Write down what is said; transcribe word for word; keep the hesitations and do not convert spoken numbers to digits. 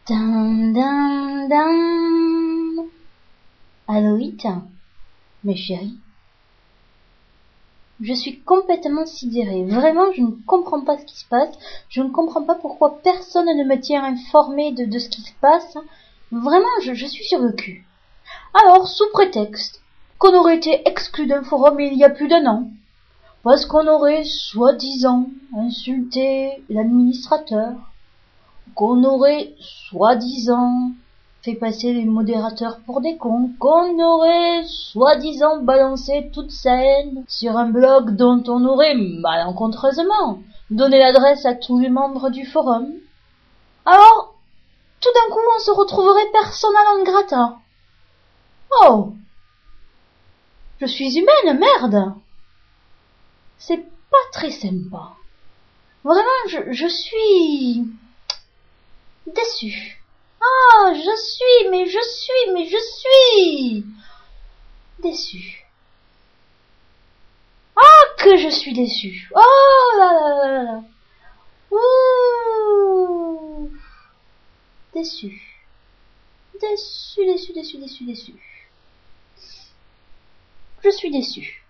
Dun, dun, dun. Aloït, mes chéris, je suis complètement sidérée. Vraiment, je ne comprends pas ce qui se passe. Je ne comprends pas pourquoi personne ne me tient informée de, de ce qui se passe. Vraiment, je, je suis sur le cul. Alors, sous prétexte qu'on aurait été exclu d'un forum il y a plus d'un an, parce qu'on aurait soi-disant insulté l'administrateur, qu'on aurait soi-disant fait passer les modérateurs pour des cons, qu'on aurait soi-disant balancé toute sa haine sur un blog dont on aurait malencontreusement donné l'adresse à tous les membres du forum. Alors, tout d'un coup, on se retrouverait persona non grata. Oh, je suis humaine, merde. C'est pas très sympa. Vraiment, je, je suis déçue. Ah, je suis, mais je suis, mais je suis déçue. Ah, que je suis déçue. Oh là là là là. Ouh. Déçue. Déçue, déçue, déçue, déçue, déçue. Je suis déçue.